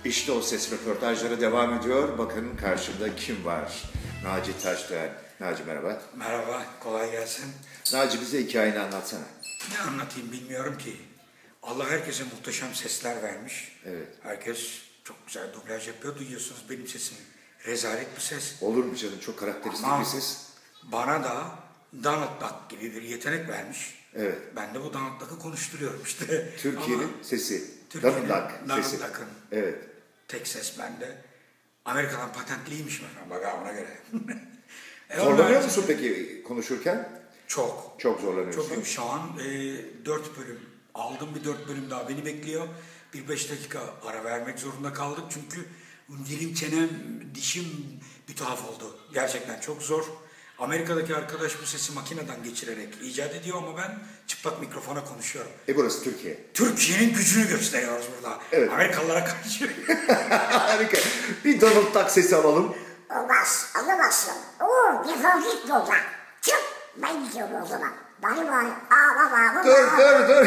İşte o ses röportajları devam ediyor. Bakın karşımda kim var? Naci Taşdöğen. Naci merhaba. Merhaba, kolay gelsin. Naci bize hikayeni anlatsana. Ne anlatayım bilmiyorum ki. Allah herkese muhteşem sesler vermiş. Evet. Herkes çok güzel dublaj yapıyor. Duyuyorsunuz benim sesim. Rezalet bir ses. Olur mu canım? Çok karakteristik Ama bir ses. bana da Donald Duck gibi bir yetenek vermiş. Evet. Ben de bu Donald Duck'ı konuşturuyorum işte. Türkiye'nin sesi. Türkiye'nin Donald Duck sesi. Donald Duck'ın Evet. tek ses bende. Amerika'dan patentliymiş efendim. Bak ona göre. Zorlanıyor musun peki konuşurken? Çok. Çok zorlanıyorsun. Çok. Şu an 4 bölüm aldım, bir 4 bölüm daha beni bekliyor. Bir 5 dakika ara vermek zorunda kaldık çünkü dilim, çenem, dişim bir tuhaf oldu. Gerçekten çok zor. Amerika'daki arkadaş bu sesi makineden geçirerek icat ediyor ama ben çıplak mikrofona konuşuyorum. Burası Türkiye. Türkiye'nin gücünü gösteriyoruz burada. Evet. Amerikalılara karşı. Harika. Bir Donald Duck sesi alalım. Olmaz, alamazsın. Oo, defol git buradan. Çık, ben gidiyorum o zaman. Bari bari, ağlama. Dur.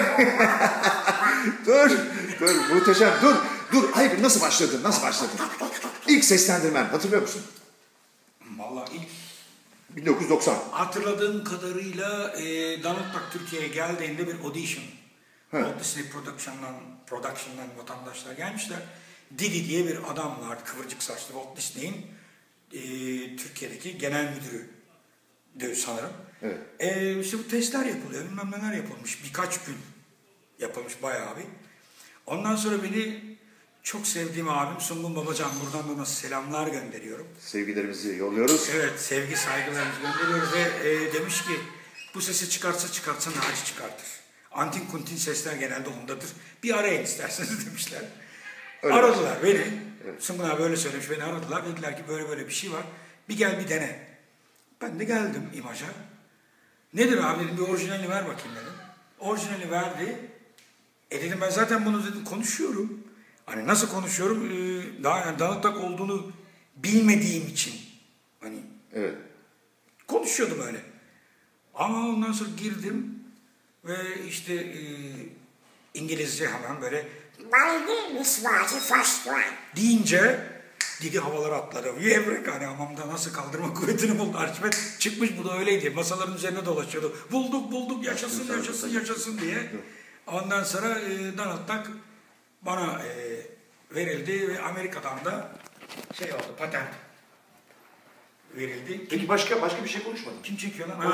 dur. Muhteşem. Dur. Hayır, nasıl başladın? İlk seslendirmen hatırlıyor musun? Vallahi ilk 1990. hatırladığım kadarıyla Donald Duck Türkiye'ye geldiğinde bir audition. Walt Disney Production'dan vatandaşlar gelmişler. Didi diye bir adam vardı, kıvırcık saçlı, Walt Disney'in Türkiye'deki genel müdürü sanırım. Evet. İşte bu testler yapılıyor, bilmem neler yapılmış. Birkaç gün yapılmış bayağı bir. Ondan sonra beni çok sevdiğim abim Sungun Babacan, buradan da ona selamlar gönderiyorum. Sevgilerimizi yolluyoruz. Evet, sevgi saygılarımızı gönderiyoruz ve demiş ki bu sesi çıkartsa Naci çıkartır. Antin kuntin sesler genelde ondadır. Bir arayın isterseniz demişler. Öyle Aradılar beni. Evet. Sungun abi öyle söylemiş, beni aradılar. Dediler ki böyle bir şey var. Bir gel bir dene. Ben de geldim imaja. Nedir abi dedim, bir orijinalini ver bakayım dedim. Orijinalini verdi. Dedim ben zaten bunu dedim konuşuyorum. Hani nasıl konuşuyorum? Daha yani Donald Duck olduğunu bilmediğim için. Hani evet. Konuşuyordum öyle. Ama ondan sonra girdim ve işte İngilizce hemen böyle Bari misvacı faştuan. deyince Didi havalara atladı. Yevrek hani hamamda nasıl kaldırma kuvvetini buldu. Arşimet çıkmış, bu da öyleydi. Masaların üzerine dolaşıyordu. Bulduk yaşasın diye. Ondan sonra Donald Duck bana verildi ve Amerika'dan da oldu, patent verildi. Peki başka bir şey konuşmadın? Kim çekiyor lan?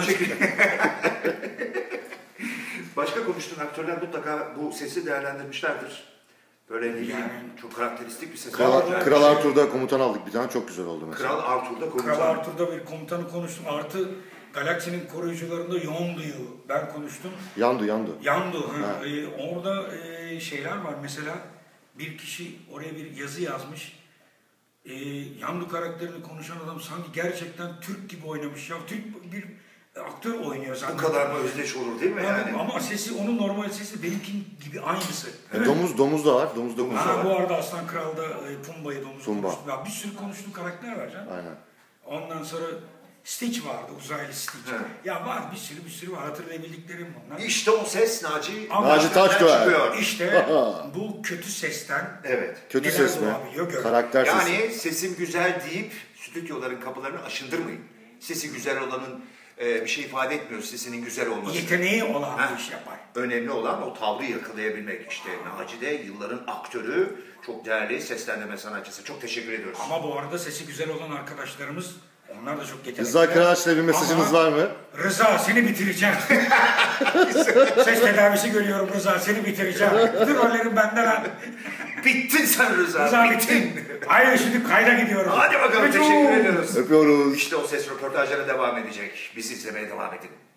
Başka konuştuğun aktörler mutlaka bu sesi değerlendirmişlerdir. Böyle ne bileyim, çok karakteristik bir ses. Kral Arthur'da komutan aldık bir tane, çok güzel oldu mesela. Kral Arthur'da komutan. Kral Arthur'da bir komutanı konuştum. Artı Galaksinin koruyucularında Yondu'yu ben konuştum. Yandu. Yandu. Orada şeyler var mesela. Bir kişi oraya bir yazı yazmış. Yandu karakterini konuşan adam sanki gerçekten Türk gibi oynamış. Ya Türk bir aktör oynuyor zaten. Bu kadar mı özdeş olur değil mi yani? Ama sesi, onun normal sesi benimki gibi aynısı. Domuz da var. Domuz da konuşuyor. Bu arada Aslan Kral'da Pumba'yı Pumba. konuştum. Ya bir sürü konuştuğum karakter var canım. Aynen. Ondan sonra Stitch vardı, uzaylı Stitch. Evet. Ya var bir sürü var, hatırlayabildiklerim bunlar. İşte o ses Naci Taşdöğen çıkıyor. İşte bu kötü sesten Evet. Kötü neler ses mi? doğabiliyor gör. Karakter sesi. Yani sesim güzel deyip stüdyoların kapılarını aşındırmayın. Sesi güzel olanın bir şey ifade etmiyor, sesinin güzel olması. Yeteneği olan bu iş yapar. Önemli olan o tavrı yakalayabilmek. İşte Naci de yılların aktörü, çok değerli seslendirme sanatçısı. Çok teşekkür ediyoruz. Ama bu arada sesi güzel olan arkadaşlarımız, onlar da çok yetenekli. Rıza Karaağaç'la bir mesajınız var mı? Rıza seni bitireceğim. Ses tedavisi görüyorum Rıza, seni bitireceğim. Bütün rollerim benden lan. Bittin sen Rıza. Rıza bittin. Hayır şimdi kayda gidiyorum. Hadi bakalım, teşekkür ediyoruz. Öpüyoruz. İşte o ses röportajlara devam edecek. Bizi izlemeye devam edin.